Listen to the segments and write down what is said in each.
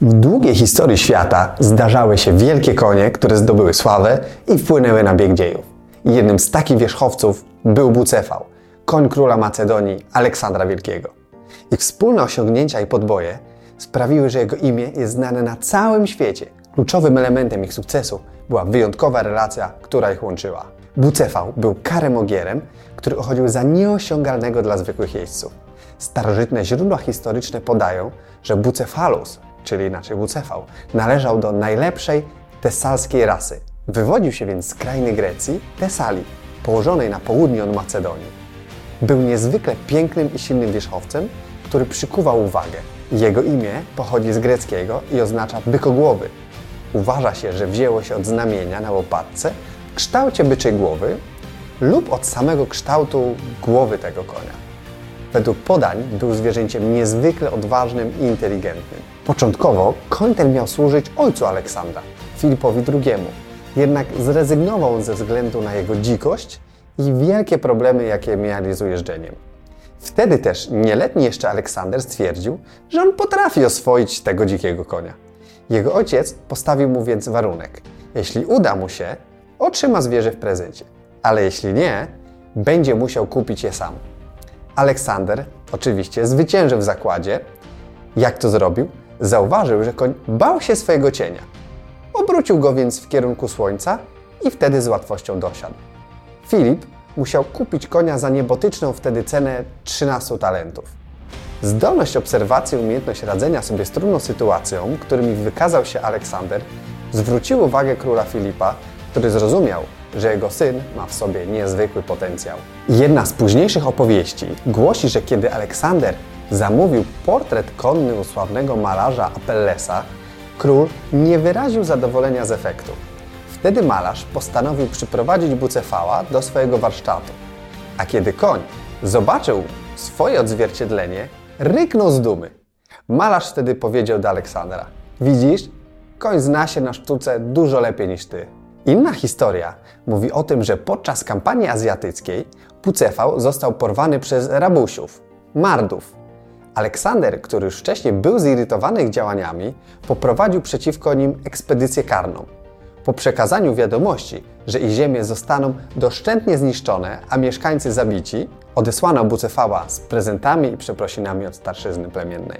W długiej historii świata zdarzały się wielkie konie, które zdobyły sławę i wpłynęły na bieg dziejów. Jednym z takich wierzchowców był Bucefał, koń króla Macedonii Aleksandra Wielkiego. Ich wspólne osiągnięcia i podboje sprawiły, że jego imię jest znane na całym świecie. Kluczowym elementem ich sukcesu była wyjątkowa relacja, która ich łączyła. Bucefał był karem ogierem, który uchodził za nieosiągalnego dla zwykłych jeźdźców. Starożytne źródła historyczne podają, że Bucephalus, czyli inaczej Bucefał, należał do najlepszej tesalskiej rasy. Wywodził się więc z krainy Grecji, Tesalii, położonej na południu od Macedonii. Był niezwykle pięknym i silnym wierzchowcem, który przykuwał uwagę. Jego imię pochodzi z greckiego i oznacza bykogłowy. Uważa się, że wzięło się od znamienia na łopatce w kształcie byczej głowy lub od samego kształtu głowy tego konia. Według podań był zwierzęciem niezwykle odważnym i inteligentnym. Początkowo koń ten miał służyć ojcu Aleksandra, Filipowi II, jednak zrezygnował on ze względu na jego dzikość i wielkie problemy, jakie mieli z ujeżdżeniem. Wtedy też nieletni jeszcze Aleksander stwierdził, że on potrafi oswoić tego dzikiego konia. Jego ojciec postawił mu więc warunek. Jeśli uda mu się, otrzyma zwierzę w prezencie, ale jeśli nie, będzie musiał kupić je sam. Aleksander oczywiście zwyciężył w zakładzie. Jak to zrobił? Zauważył, że koń bał się swojego cienia. Obrócił go więc w kierunku słońca i wtedy z łatwością dosiadł. Filip musiał kupić konia za niebotyczną wtedy cenę 13 talentów. Zdolność obserwacji i umiejętność radzenia sobie z trudną sytuacją, którymi wykazał się Aleksander, zwróciły uwagę króla Filipa, który zrozumiał, że jego syn ma w sobie niezwykły potencjał. Jedna z późniejszych opowieści głosi, że kiedy Aleksander zamówił portret konny u sławnego malarza Apellesa, król nie wyraził zadowolenia z efektu. Wtedy malarz postanowił przyprowadzić Bucefała do swojego warsztatu, a kiedy koń zobaczył swoje odzwierciedlenie, ryknął z dumy. Malarz wtedy powiedział do Aleksandra: widzisz, koń zna się na sztuce dużo lepiej niż ty. Inna historia mówi o tym, że podczas kampanii azjatyckiej Bucefał został porwany przez rabusiów, Mardów. Aleksander, który już wcześniej był zirytowany ich działaniami, poprowadził przeciwko nim ekspedycję karną. Po przekazaniu wiadomości, że ich ziemie zostaną doszczętnie zniszczone, a mieszkańcy zabici, odesłano Bucefała z prezentami i przeprosinami od starszyzny plemiennej.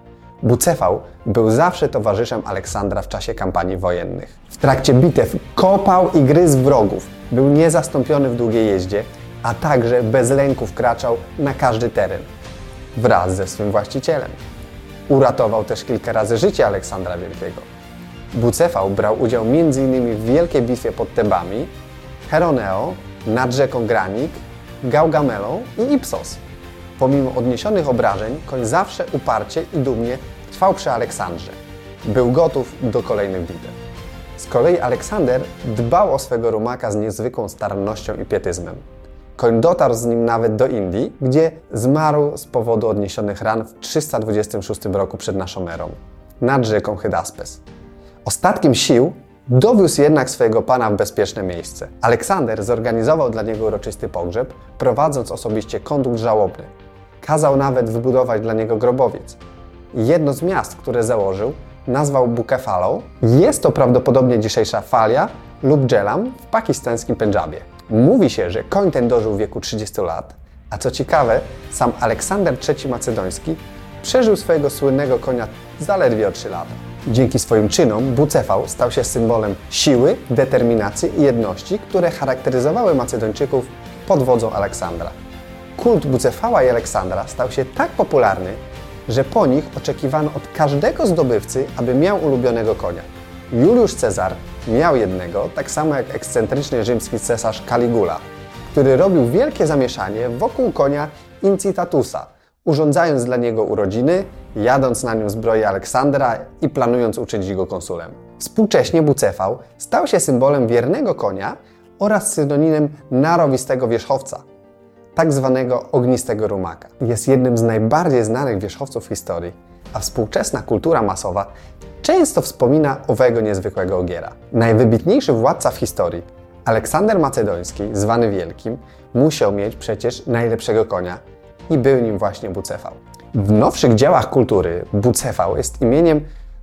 Bucefał był zawsze towarzyszem Aleksandra w czasie kampanii wojennych. W trakcie bitew kopał i gryzł wrogów, był niezastąpiony w długiej jeździe, a także bez lęku wkraczał na każdy teren, wraz ze swym właścicielem. Uratował też kilka razy życie Aleksandra Wielkiego. Bucefał brał udział m.in. w wielkiej bitwie pod Tebami, Heroneo, nad rzeką Granik, Gaugamelą i Ipsos. Pomimo odniesionych obrażeń, koń zawsze uparcie i dumnie trwał przy Aleksandrze. Był gotów do kolejnych bitew. Z kolei Aleksander dbał o swego rumaka z niezwykłą starannością i pietyzmem. Koń dotarł z nim nawet do Indii, gdzie zmarł z powodu odniesionych ran w 326 roku przed naszą erą, nad rzeką Hydaspes. Ostatkiem sił dowiózł jednak swojego pana w bezpieczne miejsce. Aleksander zorganizował dla niego uroczysty pogrzeb, prowadząc osobiście kondukt żałobny. Kazał nawet wybudować dla niego grobowiec. Jedno z miast, które założył, nazwał Bukefalą. Jest to prawdopodobnie dzisiejsza Falia lub Jhelum w pakistańskim Pendżabie. Mówi się, że koń ten dożył w wieku 30 lat, a co ciekawe, sam Aleksander III Macedoński przeżył swojego słynnego konia zaledwie o 3 lata. Dzięki swoim czynom Bucefał stał się symbolem siły, determinacji i jedności, które charakteryzowały Macedończyków pod wodzą Aleksandra. Kult Bucefała i Aleksandra stał się tak popularny, że po nich oczekiwano od każdego zdobywcy, aby miał ulubionego konia. Juliusz Cezar miał jednego, tak samo jak ekscentryczny rzymski cesarz Caligula, który robił wielkie zamieszanie wokół konia Incitatusa, urządzając dla niego urodziny, jadąc na nim zbroję Aleksandra i planując uczynić go konsulem. Współcześnie Bucefał stał się symbolem wiernego konia oraz synonimem narowistego wierzchowca, tak zwanego ognistego rumaka. Jest jednym z najbardziej znanych wierzchowców w historii, a współczesna kultura masowa często wspomina owego niezwykłego ogiera. Najwybitniejszy władca w historii, Aleksander Macedoński, zwany Wielkim, musiał mieć przecież najlepszego konia i był nim właśnie Bucefał. W nowszych dziełach kultury Bucefał jest imieniem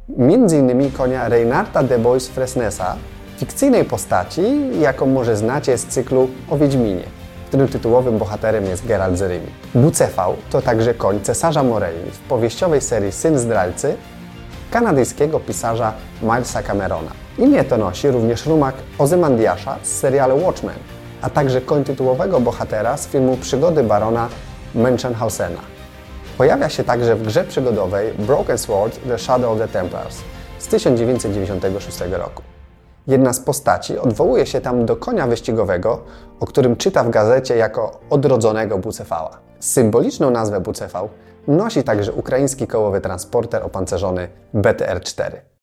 Między innymi konia Reinharda de Bois-Fresnesa, fikcyjnej postaci, jaką może znacie z cyklu o Wiedźminie, którym tytułowym bohaterem jest Geralt z Rivii. Bucefał to także koń cesarza Morei w powieściowej serii Syn Zdrajcy kanadyjskiego pisarza Milesa Camerona. Imię to nosi również rumak Ozymandiasza z serialu Watchmen, a także koń tytułowego bohatera z filmu Przygody barona Münchhausena. Pojawia się także w grze przygodowej Broken Sword – The Shadow of the Templars z 1996 roku. Jedna z postaci odwołuje się tam do konia wyścigowego, o którym czyta w gazecie jako odrodzonego Bucefała. Symboliczną nazwę Bucefał nosi także ukraiński kołowy transporter opancerzony BTR-4.